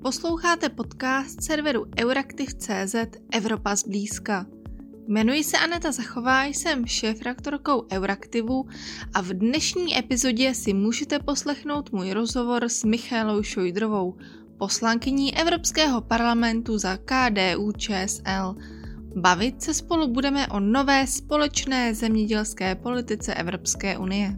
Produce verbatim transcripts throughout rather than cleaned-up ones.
Posloucháte podcast serveru Euraktiv tečka cé zet Evropa zblízka. Jmenuji se Aneta Zachová, jsem šéfredaktorkou Euraktivu a v dnešní epizodě si můžete poslechnout můj rozhovor s Michaelou Šojdrovou, poslankyní Evropského parlamentu za K D U Č S L. Bavit se spolu budeme o nové společné zemědělské politice Evropské unie.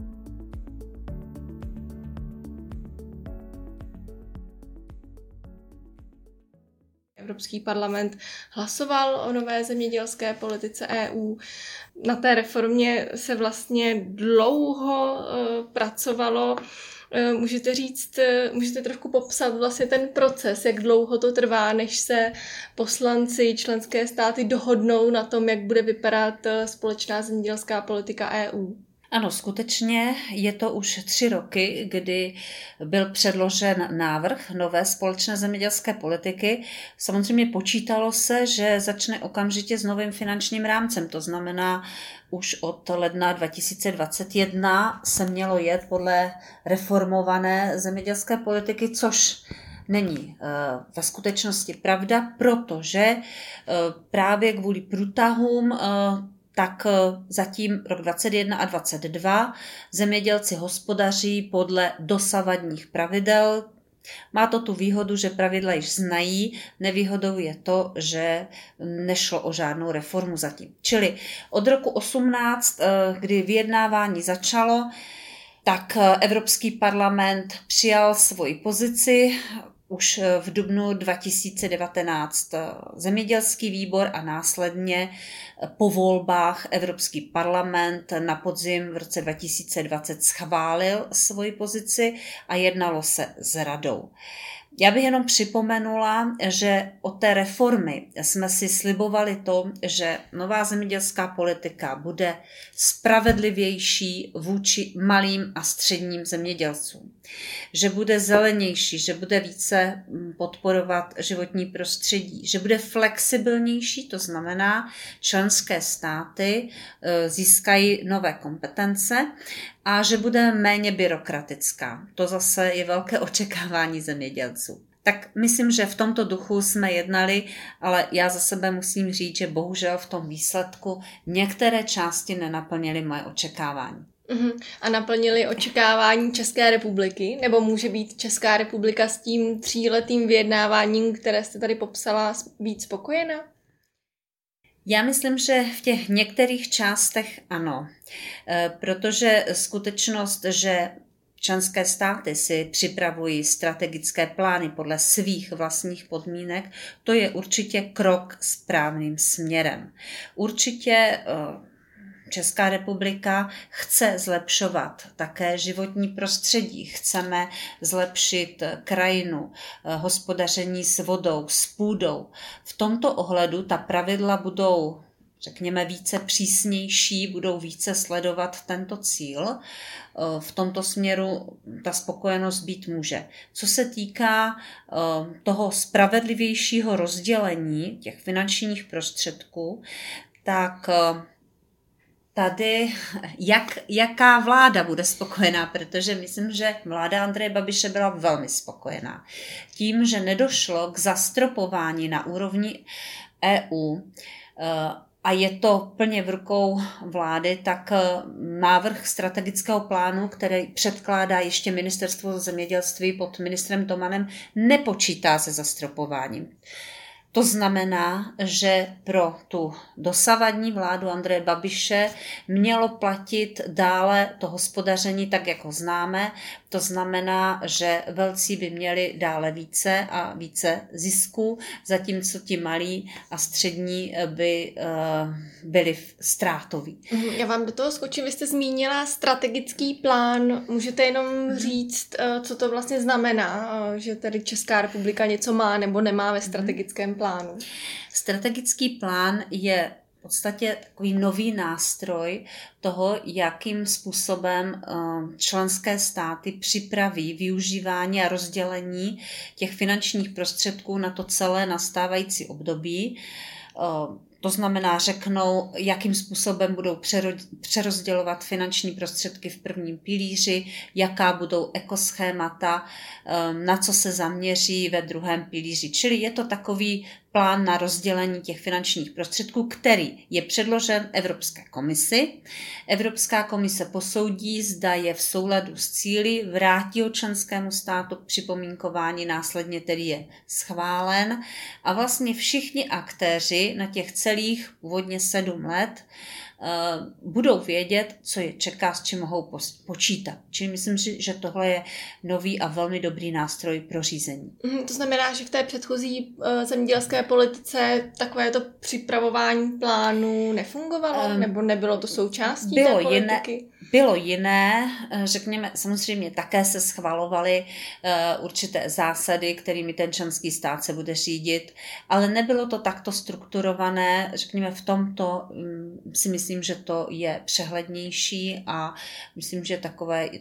Evropský parlament hlasoval o nové zemědělské politice E U. Na té reformě se vlastně dlouho uh, pracovalo. Uh, můžete říct, uh, můžete trošku popsat vlastně ten proces, jak dlouho to trvá, než se poslanci, členské státy dohodnou na tom, jak bude vypadat uh, společná zemědělská politika E U? Ano, skutečně je to už tři roky, kdy byl předložen návrh nové společné zemědělské politiky. Samozřejmě počítalo se, že začne okamžitě s novým finančním rámcem, to znamená už od ledna dva tisíce dvacet jedna se mělo jet podle reformované zemědělské politiky, což není ve skutečnosti pravda, protože právě kvůli průtahům tak zatím rok dvacet jedna a dvacet dva zemědělci hospodaří podle dosavadních pravidel. Má to tu výhodu, že pravidla již znají, nevýhodou je to, že nešlo o žádnou reformu zatím. Čili od roku osmnáct, kdy vyjednávání začalo, tak Evropský parlament přijal svoji pozici. Už v dubnu dva tisíce devatenáct zemědělský výbor a následně po volbách Evropský parlament na podzim v roce dva tisíce dvacet schválil svoji pozici a jednalo se s radou. Já bych jenom připomenula, že od té reformy jsme si slibovali to, že nová zemědělská politika bude spravedlivější vůči malým a středním zemědělcům. Že bude zelenější, že bude více podporovat životní prostředí, že bude flexibilnější, to znamená, členské státy získají nové kompetence a že bude méně byrokratická. To zase je velké očekávání zemědělců. Tak myslím, že v tomto duchu jsme jednali, ale já za sebe musím říct, že bohužel v tom výsledku některé části nenaplnily moje očekávání. Uhum. A naplnili očekávání České republiky? Nebo může být Česká republika s tím tříletým vyjednáváním, které jste tady popsala, být spokojena? Já myslím, že v těch některých částech ano, protože skutečnost, že členské státy si připravují strategické plány podle svých vlastních podmínek, to je určitě krok správným směrem. Určitě Česká republika chce zlepšovat také životní prostředí, chceme zlepšit krajinu, hospodaření s vodou, s půdou. V tomto ohledu ta pravidla budou, řekněme, více přísnější, budou více sledovat tento cíl. V tomto směru ta spokojenost být může. Co se týká toho spravedlivějšího rozdělení těch finančních prostředků, tak tady, jak, jaká vláda bude spokojená, protože myslím, že vláda Andreje Babiše byla velmi spokojená. Tím, že nedošlo k zastropování na úrovni E U a je to plně v rukou vlády, tak návrh strategického plánu, který předkládá ještě ministerstvo zemědělství pod ministrem Tomanem, nepočítá se zastropováním. To znamená, že pro tu dosavadní vládu Andreje Babiše mělo platit dále to hospodaření tak, jak ho známe. To znamená, že velcí by měli dále více a více zisků, zatímco ti malí a střední by uh, byli ztrátoví. Já vám do toho skočím. Vy jste zmínila strategický plán. Můžete jenom říct, co to vlastně znamená, že tady Česká republika něco má nebo nemá ve strategickém plánu? Strategický plán je v podstatě takový nový nástroj toho, jakým způsobem členské státy připraví využívání a rozdělení těch finančních prostředků na to celé nastávající období. To znamená, řeknou, jakým způsobem budou přerozdělovat finanční prostředky v prvním pilíři, jaká budou ekoschémata, na co se zaměří ve druhém pilíři. Čili je to takový plán na rozdělení těch finančních prostředků, který je předložen Evropské komisi. Evropská komise posoudí, zda je v souladu s cíli, vrátí ho členskému státu k připomínkování, následně tedy je schválen a vlastně všichni aktéři na těch celých původně sedm let budou vědět, co je čeká, s čím mohou počítat. Čili myslím, že tohle je nový a velmi dobrý nástroj pro řízení. To znamená, že v té předchozí zemědělské politice takové to připravování plánů nefungovalo? Um, nebo nebylo to součástí bylo té politiky? Jiné, bylo jiné, řekněme, samozřejmě také se schvalovaly uh, určité zásady, kterými ten členský stát se bude řídit, ale nebylo to takto strukturované, řekněme, v tomto um, si myslím, Myslím, že to je přehlednější a myslím, že takové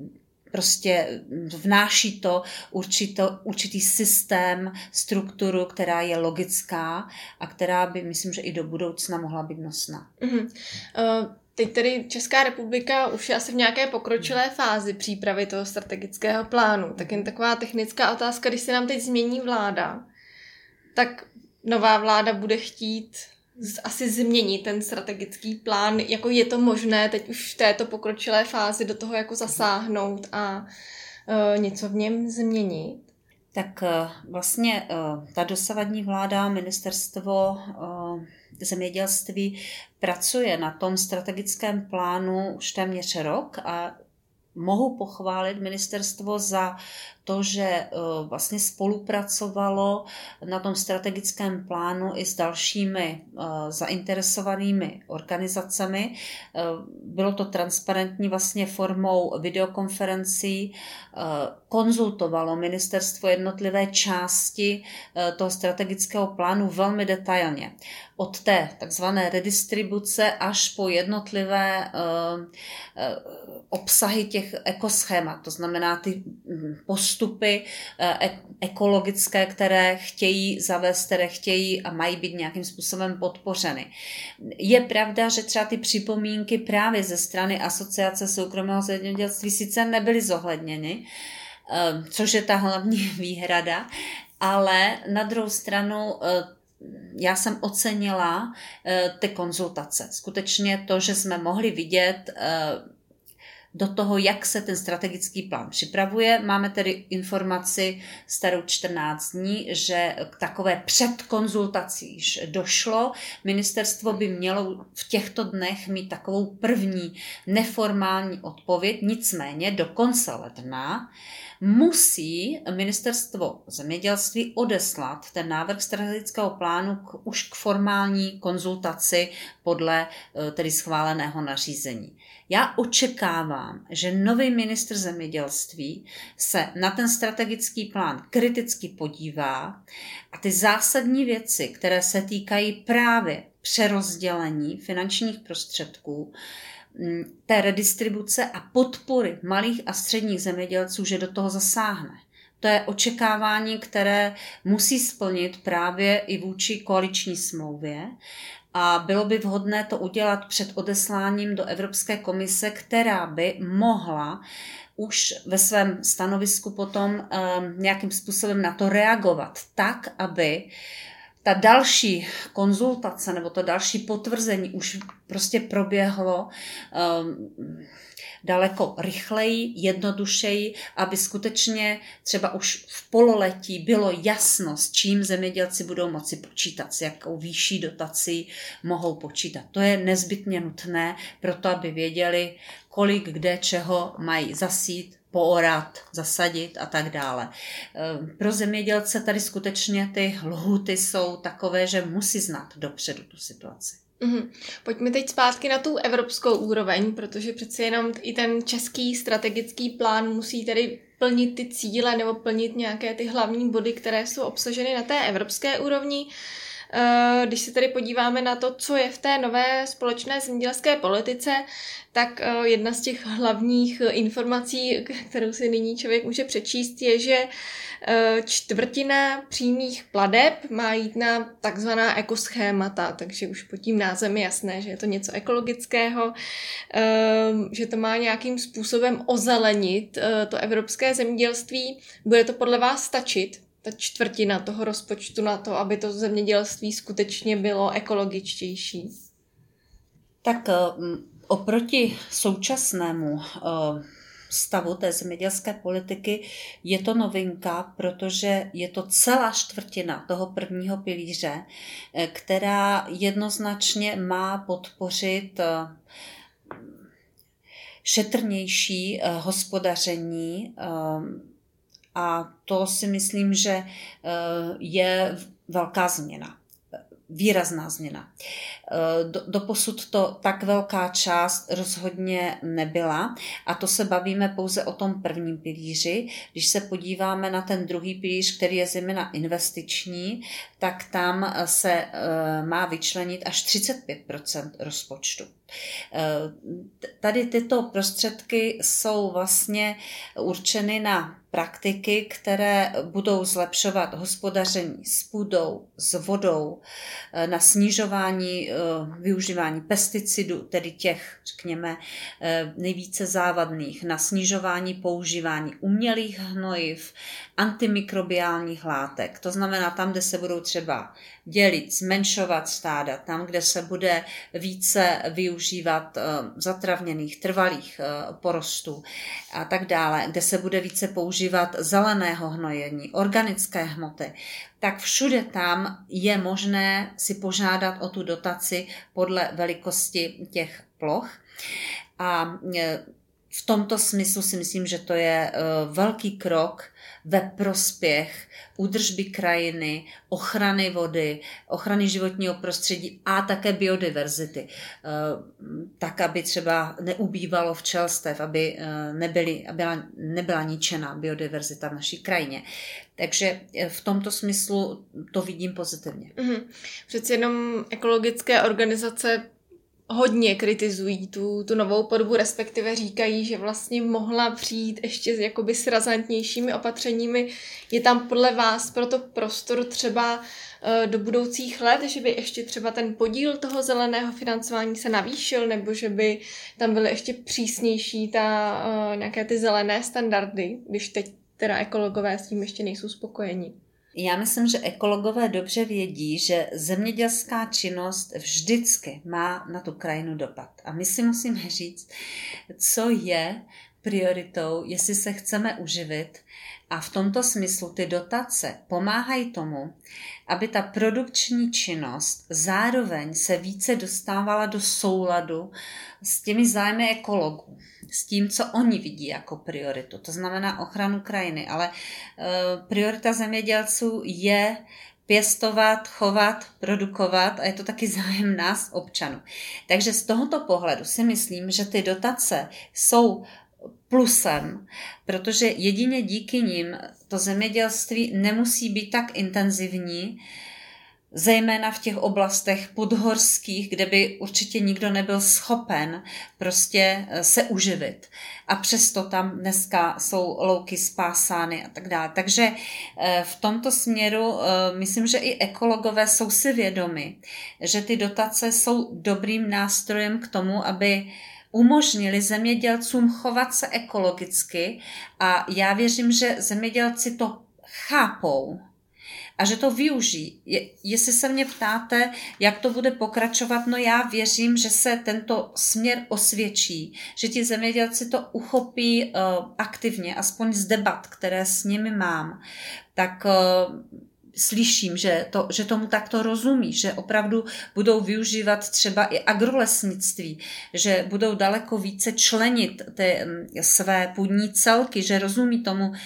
prostě vnáší to určito, určitý systém, strukturu, která je logická a která by, myslím, že i do budoucna mohla být nosná. Mm-hmm. Uh... Teď tedy Česká republika už je asi v nějaké pokročilé fázi přípravy toho strategického plánu. Tak jen taková technická otázka, když se nám teď změní vláda, tak nová vláda bude chtít asi změnit ten strategický plán, jako je to možné teď už v této pokročilé fázi do toho jako zasáhnout a uh, něco v něm změnit? Tak uh, vlastně uh, ta dosavadní vláda, ministerstvo uh, zemědělství pracuje na tom strategickém plánu už téměř rok a mohu pochválit ministerstvo za to, že vlastně spolupracovalo na tom strategickém plánu i s dalšími zainteresovanými organizacemi. Bylo to transparentní vlastně formou videokonferencí, konzultovalo ministerstvo jednotlivé části toho strategického plánu velmi detailně. Od té takzvané redistribuce až po jednotlivé obsahy těch ekoschémat, to znamená ty postupy ekologické, které chtějí zavést, které chtějí a mají být nějakým způsobem podpořeny. Je pravda, že třeba ty připomínky právě ze strany Asociace soukromého zemědělství sice nebyly zohledněny, což je ta hlavní výhrada, ale na druhou stranu já jsem ocenila ty konzultace. Skutečně to, že jsme mohli vidět do toho, jak se ten strategický plán připravuje. Máme tedy informaci starou čtrnáct dní, že k takové předkonzultaci již došlo. Ministerstvo by mělo v těchto dnech mít takovou první neformální odpověď, nicméně do konce ledna musí ministerstvo zemědělství odeslat ten návrh strategického plánu k, už k formální konzultaci podle tedy schváleného nařízení. Já očekávám, že nový ministr zemědělství se na ten strategický plán kriticky podívá a ty zásadní věci, které se týkají právě přerozdělení finančních prostředků, té redistribuce a podpory malých a středních zemědělců, že do toho zasáhne. To je očekávání, které musí splnit právě i vůči koaliční smlouvě. A bylo by vhodné to udělat před odesláním do Evropské komise, která by mohla už ve svém stanovisku potom um, nějakým způsobem na to reagovat tak, aby ta další konzultace nebo to další potvrzení už prostě proběhlo um, daleko rychleji, jednodušeji, aby skutečně třeba už v pololetí bylo jasno, s čím zemědělci budou moci počítat, s jakou výší dotací mohou počítat. To je nezbytně nutné proto, aby věděli, kolik kde čeho mají zasít, poorat, zasadit a tak dále. Pro zemědělce tady skutečně ty lhůty jsou takové, že musí znát dopředu tu situaci. Mm-hmm. Pojďme teď zpátky na tu evropskou úroveň, protože přeci jenom i ten český strategický plán musí tedy plnit ty cíle nebo plnit nějaké ty hlavní body, které jsou obsaženy na té evropské úrovni. Když se tedy podíváme na to, co je v té nové společné zemědělské politice, tak jedna z těch hlavních informací, kterou si nyní člověk může přečíst, je, že čtvrtina přímých plateb má jít na takzvaná ekoschémata, takže už pod tím názvem je jasné, že je to něco ekologického, že to má nějakým způsobem ozelenit to evropské zemědělství. Bude to podle vás stačit, ta čtvrtina toho rozpočtu na to, aby to zemědělství skutečně bylo ekologičtější? Tak oproti současnému stavu té zemědělské politiky je to novinka, protože je to celá čtvrtina toho prvního pilíře, která jednoznačně má podpořit šetrnější hospodaření, a to si myslím, že je velká změna. Výrazná změna. Doposud to tak velká část rozhodně nebyla a to se bavíme pouze o tom prvním pilíři. Když se podíváme na ten druhý pilíř, který je zejména investiční, tak tam se má vyčlenit až třicet pět procent rozpočtu. Tady tyto prostředky jsou vlastně určeny na praktiky, které budou zlepšovat hospodaření s půdou, s vodou, na snižování využívání pesticidů, tedy těch, řekněme, nejvíce závadných, na snižování používání umělých hnojiv, antimikrobiálních látek. To znamená tam, kde se budou třeba dělit, zmenšovat stáda, tam, kde se bude více využívat zatravněných, trvalých porostů a tak dále, kde se bude více používat zeleného hnojení, organické hmoty, tak všude tam je možné si požádat o tu dotaci podle velikosti těch ploch. A v tomto smyslu si myslím, že to je velký krok ve prospěch údržby krajiny, ochrany vody, ochrany životního prostředí a také biodiverzity. Tak, aby třeba neubývalo včelstev, aby, nebyly, aby byla, nebyla ničena biodiverzita v naší krajině. Takže v tomto smyslu to vidím pozitivně. Mm-hmm. Přeci jenom ekologické organizace hodně kritizují tu, tu novou podobu, respektive říkají, že vlastně mohla přijít ještě jakoby s razantnějšími opatřeními. Je tam podle vás proto prostor třeba do budoucích let, že by ještě třeba ten podíl toho zeleného financování se navýšil, nebo že by tam byly ještě přísnější ta, nějaké ty zelené standardy, když teď teda ekologové s tím ještě nejsou spokojeni? Já myslím, že ekologové dobře vědí, že zemědělská činnost vždycky má na tu krajinu dopad. A my si musíme říct, co je prioritou, jestli se chceme uživit. A v tomto smyslu ty dotace pomáhají tomu, aby ta produkční činnost zároveň se více dostávala do souladu s těmi zájmy ekologů, s tím, co oni vidí jako prioritu. To znamená ochranu krajiny, ale e, priorita zemědělců je pěstovat, chovat, produkovat a je to taky zájem nás, občanů. Takže z tohoto pohledu si myslím, že ty dotace jsou plusem, protože jedině díky nim to zemědělství nemusí být tak intenzivní, zejména v těch oblastech podhorských, kde by určitě nikdo nebyl schopen prostě se uživit. A přesto tam dneska jsou louky spásány a tak dále. Takže v tomto směru myslím, že i ekologové jsou si vědomi, že ty dotace jsou dobrým nástrojem k tomu, aby umožnili zemědělcům chovat se ekologicky a já věřím, že zemědělci to chápou a že to využijí. Je, jestli se mě ptáte, jak to bude pokračovat, no já věřím, že se tento směr osvědčí, že ti zemědělci to uchopí uh, aktivně, aspoň z debat, které s nimi mám, tak uh, slyším, že, to, že tomu takto rozumí, že opravdu budou využívat třeba i agrolesnictví, že budou daleko více členit ty své půdní celky, že rozumí tomu um,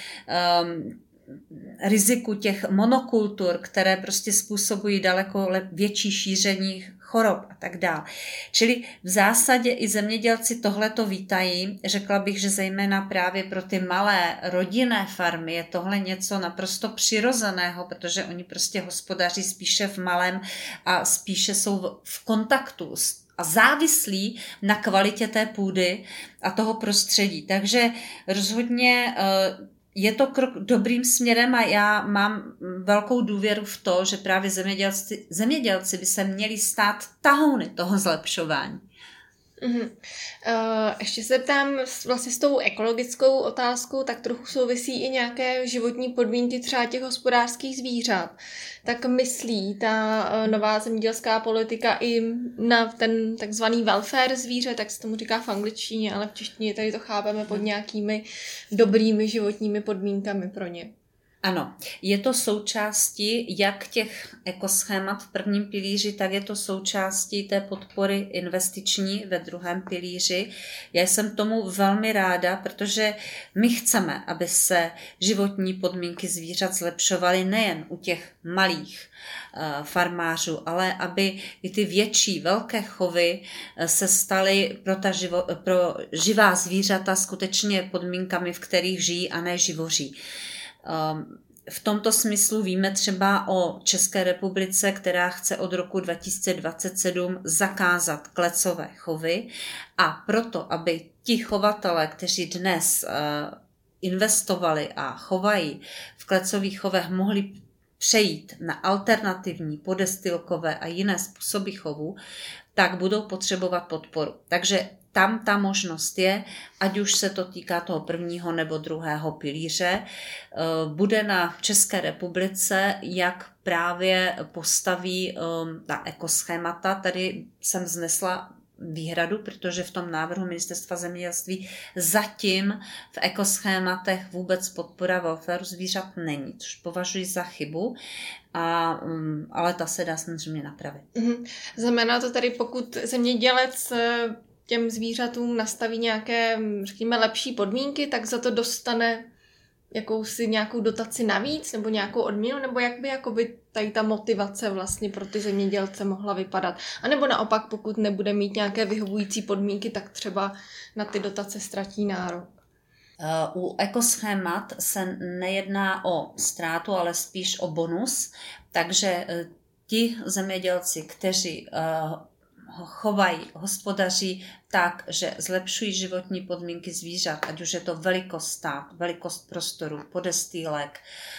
riziku těch monokultur, které prostě způsobují daleko větší šíření chorob a tak dále. Čili v zásadě i zemědělci tohleto vítají. Řekla bych, že zejména právě pro ty malé rodinné farmy je tohle něco naprosto přirozeného, protože oni prostě hospodaří spíše v malém a spíše jsou v kontaktu s a závislí na kvalitě té půdy a toho prostředí. Takže rozhodně je to krok dobrým směrem a já mám velkou důvěru v to, že právě zemědělci, zemědělci by se měli stát tahouny toho zlepšování. Uhum. Uh, ještě se ptám vlastně s tou ekologickou otázkou, tak trochu souvisí i nějaké životní podmínky třeba těch hospodářských zvířat. Tak myslí ta uh, nová zemědělská politika i na ten takzvaný welfare zvíře, tak se tomu říká v angličtině, ale v češtině tady to chápeme pod nějakými dobrými životními podmínkami pro ně. Ano, je to součástí jak těch ekoschémat v prvním pilíři, tak je to součástí té podpory investiční ve druhém pilíři. Já jsem tomu velmi ráda, protože my chceme, aby se životní podmínky zvířat zlepšovaly nejen u těch malých uh, farmářů, ale aby i ty větší, velké chovy uh, se staly pro, ta živo, pro živá zvířata skutečně podmínkami, v kterých žijí a ne živoří. V tomto smyslu víme třeba o České republice, která chce od roku dva tisíce dvacet sedm zakázat klecové chovy a proto, aby ti chovatelé, kteří dnes investovali a chovají v klecových chovech, mohli přejít na alternativní podestýlkové a jiné způsoby chovu, tak budou potřebovat podporu. Takže tam ta možnost je, ať už se to týká toho prvního nebo druhého pilíře, bude na České republice, jak právě postaví ta ekoschémata. Tady jsem vznesla výhradu, protože v tom návrhu Ministerstva zemědělství zatím v ekoschématech vůbec podpora welfareu zvířat není, což považuji za chybu, a, ale ta se dá samozřejmě napravit. Mm-hmm. Znamená to tady, pokud zemědělec těm zvířatům nastaví nějaké, řekněme, lepší podmínky, tak za to dostane jakousi nějakou dotaci navíc nebo nějakou odměnu, nebo jak by jakoby tady ta motivace vlastně pro ty zemědělce mohla vypadat. A nebo naopak, pokud nebude mít nějaké vyhovující podmínky, tak třeba na ty dotace ztratí nárok. U ekoschémat se nejedná o ztrátu, ale spíš o bonus, takže ti zemědělci, kteří chovají, hospodaří tak, že zlepšují životní podmínky zvířat, ať už je to velikost stát, velikost prostoru, podestýlek,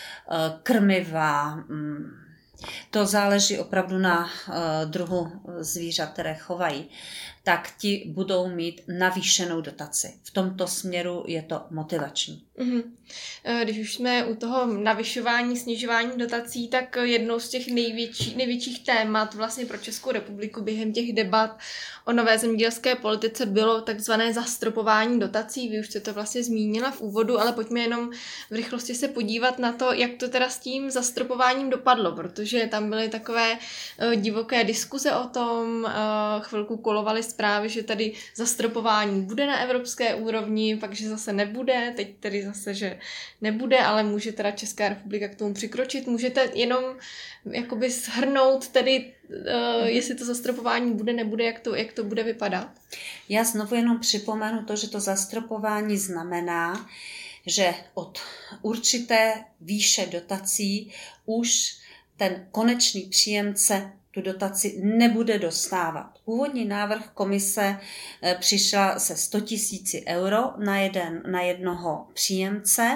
krmiva. To záleží opravdu na druhu zvířat, které chovají, tak ti budou mít navýšenou dotaci. V tomto směru je to motivační. Mm-hmm. Když už jsme u toho navyšování, snižování dotací, tak jednou z těch největší, největších témat vlastně pro Českou republiku během těch debat o nové zemědělské politice bylo takzvané zastropování dotací. Vy už jste to vlastně zmínila v úvodu, ale pojďme jenom v rychlosti se podívat na to, jak to teda s tím zastropováním dopadlo, protože tam byly takové uh, divoké diskuze o tom, uh, chvilku kolovaly zprávy, že tady zastropování bude na evropské úrovni, pak že zase nebude, teď tedy zase, že nebude, ale může teda Česká republika k tomu přikročit. Můžete jenom jakoby shrnout tedy, uh, jestli to zastropování bude, nebude, jak to, jak to bude vypadat? Já znovu jenom připomenu to, že to zastropování znamená, že od určité výše dotací už ten konečný příjemce tu dotaci nebude dostávat. Původní návrh komise přišla se sto tisíc euro na, jeden, na jednoho příjemce.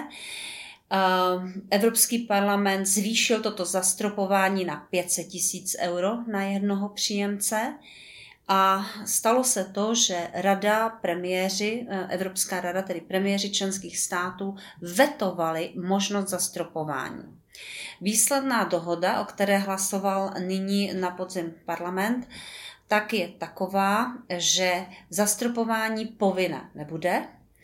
Evropský parlament zvýšil toto zastropování na pět set tisíc euro na jednoho příjemce a stalo se to, že rada premiéři, Evropská rada, tedy premiéři členských států, vetovali možnost zastropování. Výsledná dohoda, o které hlasoval nyní na podzim parlament, tak je taková, že zastropování povinné nebude.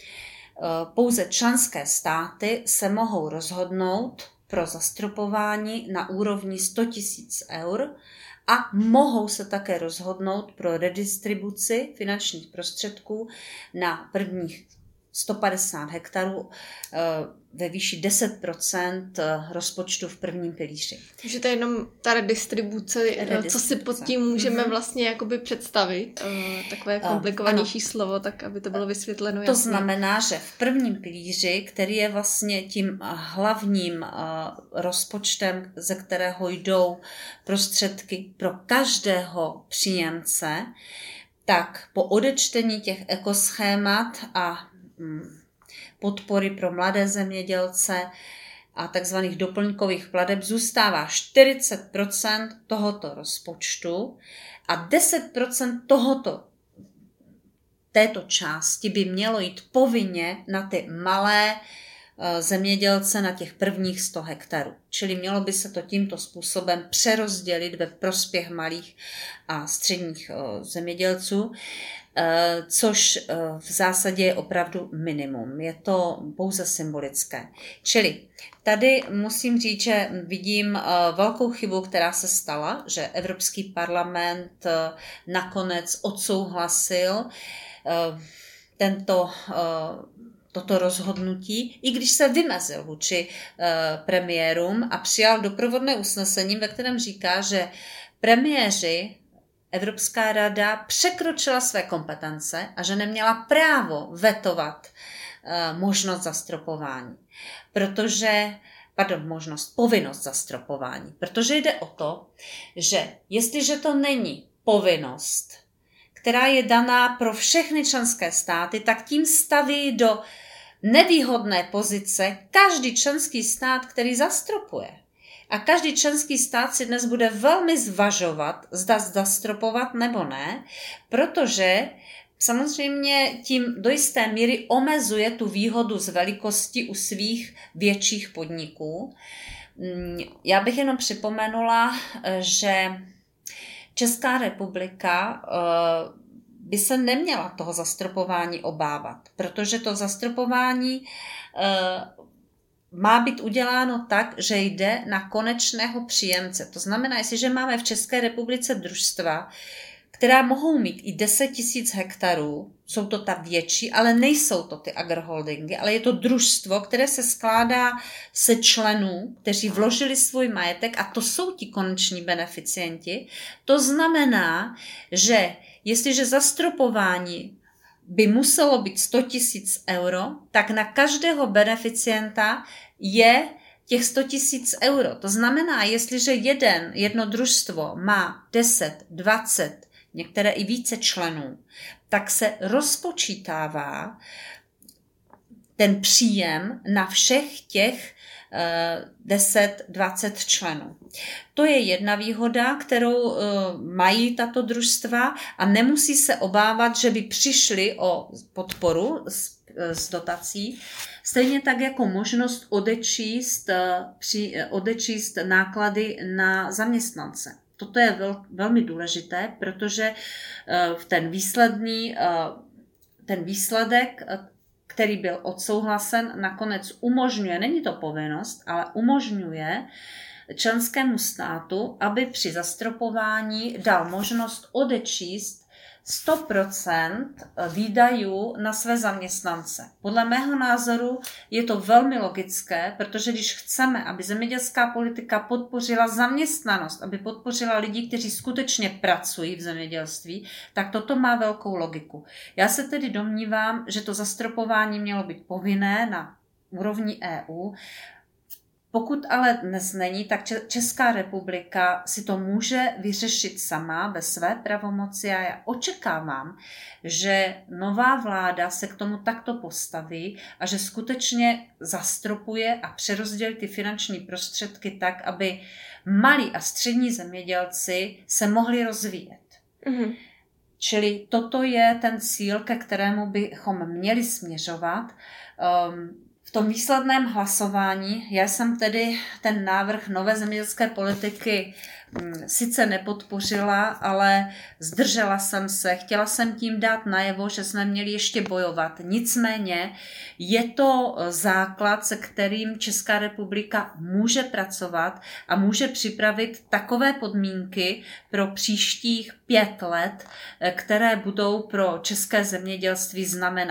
Pouze členské státy se mohou rozhodnout pro zastropování na úrovni sto tisíc eur a mohou se také rozhodnout pro redistribuci finančních prostředků na prvních sto padesát hektarů ve výši deset procent rozpočtu v prvním pilíři. Takže to je jenom ta redistribuce, redistribuce. Co si pod tím můžeme mm-hmm. vlastně jakoby představit, takové komplikovanější uh, slovo, tak aby to bylo vysvětleno jasně. To znamená, že v prvním pilíři, který je vlastně tím hlavním rozpočtem, ze kterého jdou prostředky pro každého příjemce, tak po odečtení těch ekoschémat a podpory pro mladé zemědělce a takzvaných doplňkových plateb zůstává čtyřicet procent tohoto rozpočtu a deset procent tohoto, této části by mělo jít povinně na ty malé zemědělce na těch prvních sto hektarů. Čili mělo by se to tímto způsobem přerozdělit ve prospěch malých a středních zemědělců, což v zásadě je opravdu minimum. Je to pouze symbolické. Čili tady musím říct, že vidím velkou chybu, která se stala, že Evropský parlament nakonec odsouhlasil tento toto rozhodnutí, i když se vymezil vůči e, premiérům a přijal doprovodné usnesení, ve kterém říká, že premiéři Evropská rada překročila své kompetence a že neměla právo vetovat e, možnost zastropování. Protože, pardon, možnost, povinnost zastropování. Protože jde o to, že jestliže to není povinnost, která je daná pro všechny členské státy, tak tím staví do nevýhodné pozice každý členský stát, který zastropuje. A každý členský stát si dnes bude velmi zvažovat, zda zastropovat nebo ne, protože samozřejmě tím do jisté míry omezuje tu výhodu z velikosti u svých větších podniků. Já bych jenom připomenula, že Česká republika by se neměla toho zastropování obávat, protože to zastropování má být uděláno tak, že jde na konečného příjemce. To znamená, jestliže máme v České republice družstva, která mohou mít i deset tisíc hektarů, jsou to ta větší, ale nejsou to ty agroholdingy, ale je to družstvo, které se skládá se členů, kteří vložili svůj majetek a to jsou ti koneční beneficienti. To znamená, že jestliže zastropování by muselo být sto tisíc euro, tak na každého beneficienta je těch sto tisíc euro. To znamená, jestliže jeden, jedno družstvo má deset, dvacet, některé i více členů, tak se rozpočítává ten příjem na všech těch deset dvacet členů. To je jedna výhoda, kterou mají tato družstva a nemusí se obávat, že by přišli o podporu z, z dotací. Stejně tak jako možnost odečíst, při, odečíst náklady na zaměstnance. Toto je vel, velmi důležité, protože ten výsledný, ten výsledek, který byl odsouhlasen, nakonec umožňuje, není to povinnost, ale umožňuje členskému státu, aby při zastropování dal možnost odečíst sto procent výdajů na své zaměstnance. Podle mého názoru je to velmi logické, protože když chceme, aby zemědělská politika podpořila zaměstnanost, aby podpořila lidi, kteří skutečně pracují v zemědělství, tak toto má velkou logiku. Já se tedy domnívám, že to zastropování mělo být povinné na úrovni E U. Pokud ale dnes není, tak Česká republika si to může vyřešit sama ve své pravomoci a já očekávám, že nová vláda se k tomu takto postaví a že skutečně zastropuje a přerozdělí ty finanční prostředky tak, aby malí a střední zemědělci se mohli rozvíjet. Mm-hmm. Čili toto je ten cíl, ke kterému bychom měli směřovat. Um, V tom výsledném hlasování já jsem tedy ten návrh nové zemědělské politiky sice nepodpořila, ale zdržela jsem se. Chtěla jsem tím dát najevo, že jsme měli ještě bojovat. Nicméně je to základ, se kterým Česká republika může pracovat a může připravit takové podmínky pro příštích pět let, které budou pro české zemědělství znamenat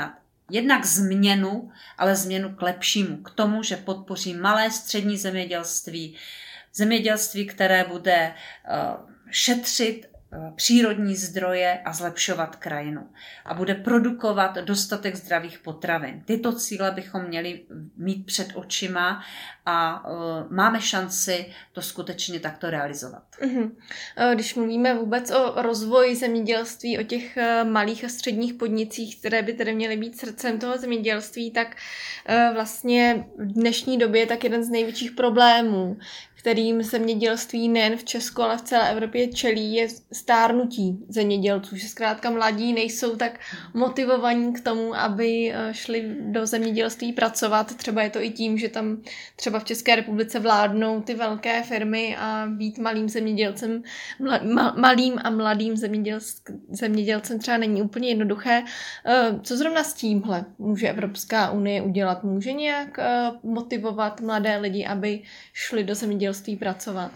jednak změnu, ale změnu k lepšímu, k tomu, že podpoří malé střední zemědělství, zemědělství, které bude šetřit přírodní zdroje a zlepšovat krajinu. A bude produkovat dostatek zdravých potravin. Tyto cíle bychom měli mít před očima a uh, máme šanci to skutečně takto realizovat. Uhum. Když mluvíme vůbec o rozvoji zemědělství, o těch malých a středních podnicích, které by tedy měly být srdcem toho zemědělství, tak vlastně v dnešní době je tak jeden z největších problémů, kterým zemědělství nejen v Česku, ale v celé Evropě čelí, je stárnutí zemědělců, že zkrátka mladí nejsou tak motivovaní k tomu, aby šli do zemědělství pracovat. Třeba je to i tím, že tam třeba v České republice vládnou ty velké firmy a být malým zemědělcem, malým a mladým zemědělcem třeba není úplně jednoduché. Co zrovna s tímhle může Evropská unie udělat? Může nějak motivovat mladé lidi, aby šli do zemědělství pracovat?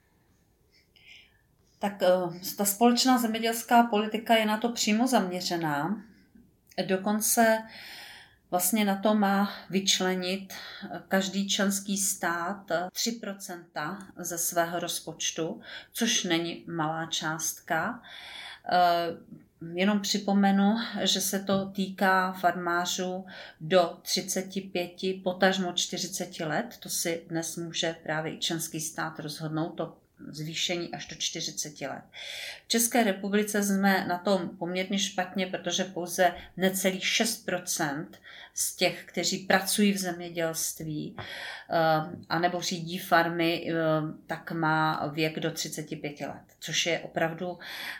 Tak ta společná zemědělská politika je na to přímo zaměřená. Dokonce vlastně na to má vyčlenit každý členský stát tři procenta ze svého rozpočtu, což není malá částka. Jenom připomenu, že se to týká farmářů do třicet pět, potažmo čtyřicet let. To si dnes může právě i členský stát rozhodnout, to zvýšení až do čtyřicet let. V České republice jsme na tom poměrně špatně, protože pouze necelých šest procent z těch, kteří pracují v zemědělství anebo řídí farmy, tak má věk do třicet pět let, což je opravdu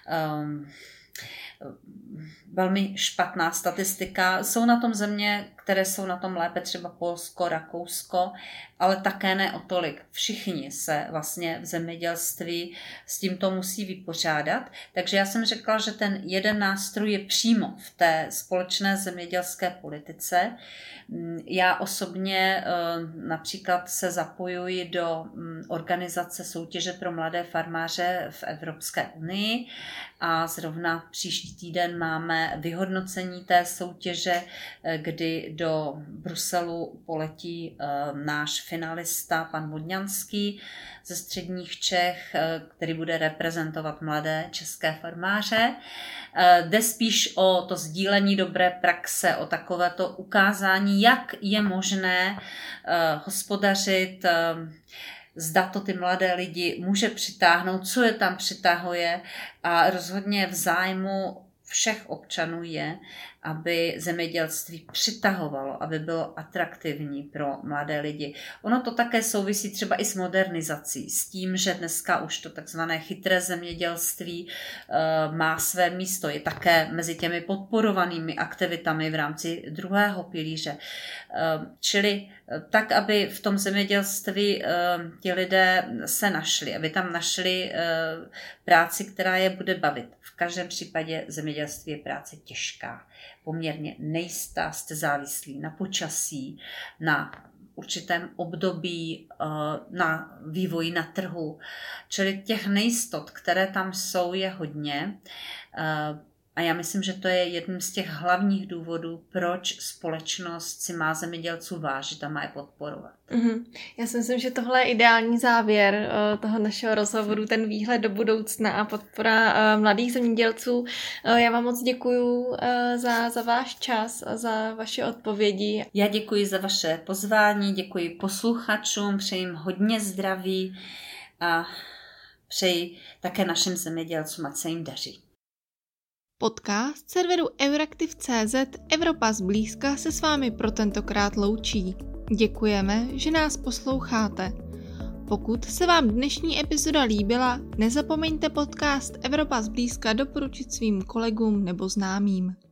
velmi špatná statistika. Jsou na tom země, které jsou na tom lépe, třeba Polsko, Rakousko, ale také ne o tolik. Všichni se vlastně v zemědělství s tímto musí vypořádat. Takže já jsem řekla, že ten jeden nástroj je přímo v té společné zemědělské politice. Já osobně například se zapojuji do organizace soutěže pro mladé farmáře v Evropské unii a zrovna příští týden máme vyhodnocení té soutěže, kdy do Bruselu poletí náš finalista, pan Vodňanský ze středních Čech, který bude reprezentovat mladé české farmáře. Jde spíš o to sdílení dobré praxe, o takovéto ukázání, jak je možné hospodařit, zda to ty mladé lidi může přitáhnout, co je tam přitahuje, a rozhodně v zájmu všech občanů je, aby zemědělství přitahovalo, aby bylo atraktivní pro mladé lidi. Ono to také souvisí třeba i s modernizací, s tím, že dneska už to takzvané chytré zemědělství e, má své místo, je také mezi těmi podporovanými aktivitami v rámci druhého pilíře. E, čili tak, aby v tom zemědělství e, ti lidé se našli, aby tam našli e, práci, která je bude bavit. V každém případě zemědělství je práce těžká, poměrně nejistá, jste závislí na počasí, na určitém období, na vývoji na trhu. Čili těch nejistot, které tam jsou, je hodně. A já myslím, že to je jedním z těch hlavních důvodů, proč společnost si má zemědělců vážit a má je podporovat. Mm-hmm. Já si myslím, že tohle je ideální závěr uh, toho našeho rozhovoru, ten výhled do budoucna a podpora uh, mladých zemědělců. Uh, já vám moc děkuju uh, za, za váš čas a za vaše odpovědi. Já děkuji za vaše pozvání, děkuji posluchačům, přeji jim hodně zdraví a přeji také našim zemědělcům, ať se jim daří. Podcast serveru Euraktiv tečka cé zet Evropa zblízka se s vámi pro tentokrát loučí. Děkujeme, že nás posloucháte. Pokud se vám dnešní epizoda líbila, nezapomeňte podcast Evropa zblízka doporučit svým kolegům nebo známým.